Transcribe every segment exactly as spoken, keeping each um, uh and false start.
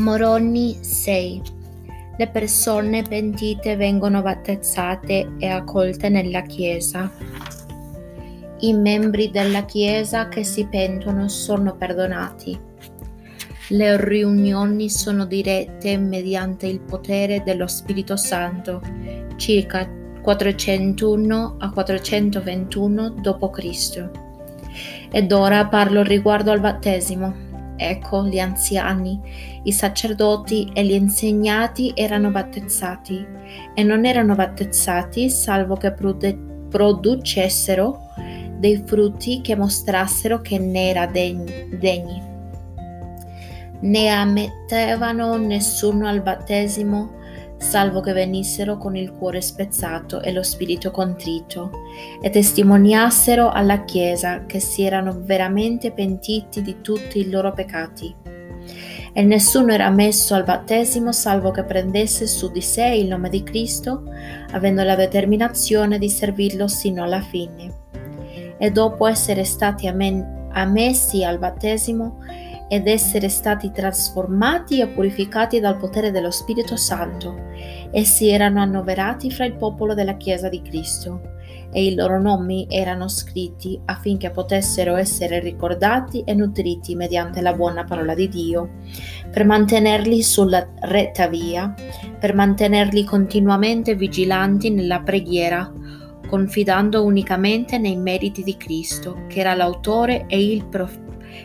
Moroni sei. Le persone pentite vengono battezzate e accolte nella Chiesa. I membri della Chiesa che si pentono sono perdonati. Le riunioni sono dirette mediante il potere dello Spirito Santo, circa quattrocentouno a quattrocentoventuno dopo Cristo Ed ora parlo riguardo al battesimo. Ecco, gli anziani, i sacerdoti e gli insegnati erano battezzati, e non erano battezzati salvo che producessero dei frutti che mostrassero che ne era degni. Ne ammettevano nessuno al battesimo, salvo che venissero con il cuore spezzato e lo spirito contrito, e testimoniassero alla Chiesa che si erano veramente pentiti di tutti i loro peccati. E nessuno era messo al battesimo salvo che prendesse su di sé il nome di Cristo, avendo la determinazione di servirlo sino alla fine. E dopo essere stati amen- ammessi al battesimo ed essere stati trasformati e purificati dal potere dello Spirito Santo, essi erano annoverati fra il popolo della Chiesa di Cristo, e i loro nomi erano scritti affinché potessero essere ricordati e nutriti mediante la buona parola di Dio, per mantenerli sulla retta via, per mantenerli continuamente vigilanti nella preghiera, confidando unicamente nei meriti di Cristo, che era l'autore e il profeta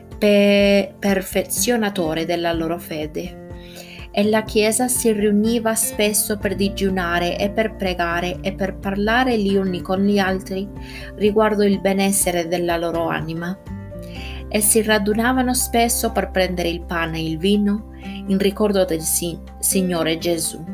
perfezionatore della loro fede. E la Chiesa si riuniva spesso per digiunare e per pregare e per parlare gli uni con gli altri riguardo il benessere della loro anima. E si radunavano spesso per prendere il pane e il vino in ricordo del si- Signore Gesù.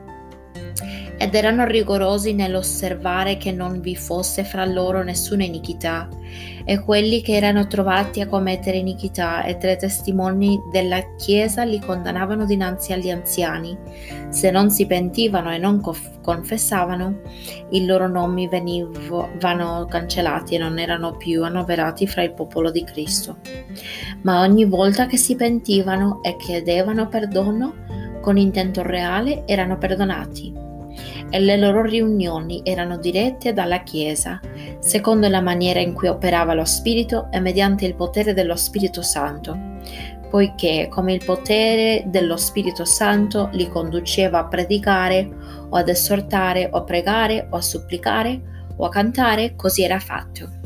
Ed erano rigorosi nell'osservare che non vi fosse fra loro nessuna iniquità, e quelli che erano trovati a commettere iniquità e tre testimoni della Chiesa li condannavano dinanzi agli anziani. Se non si pentivano e non conf- confessavano, i loro nomi venivano cancellati e non erano più annoverati fra il popolo di Cristo. Ma ogni volta che si pentivano e chiedevano perdono con intento reale, erano perdonati. E le loro riunioni erano dirette dalla Chiesa, secondo la maniera in cui operava lo Spirito e mediante il potere dello Spirito Santo, poiché come il potere dello Spirito Santo li conduceva a predicare o ad esortare o a pregare o a supplicare o a cantare, così era fatto.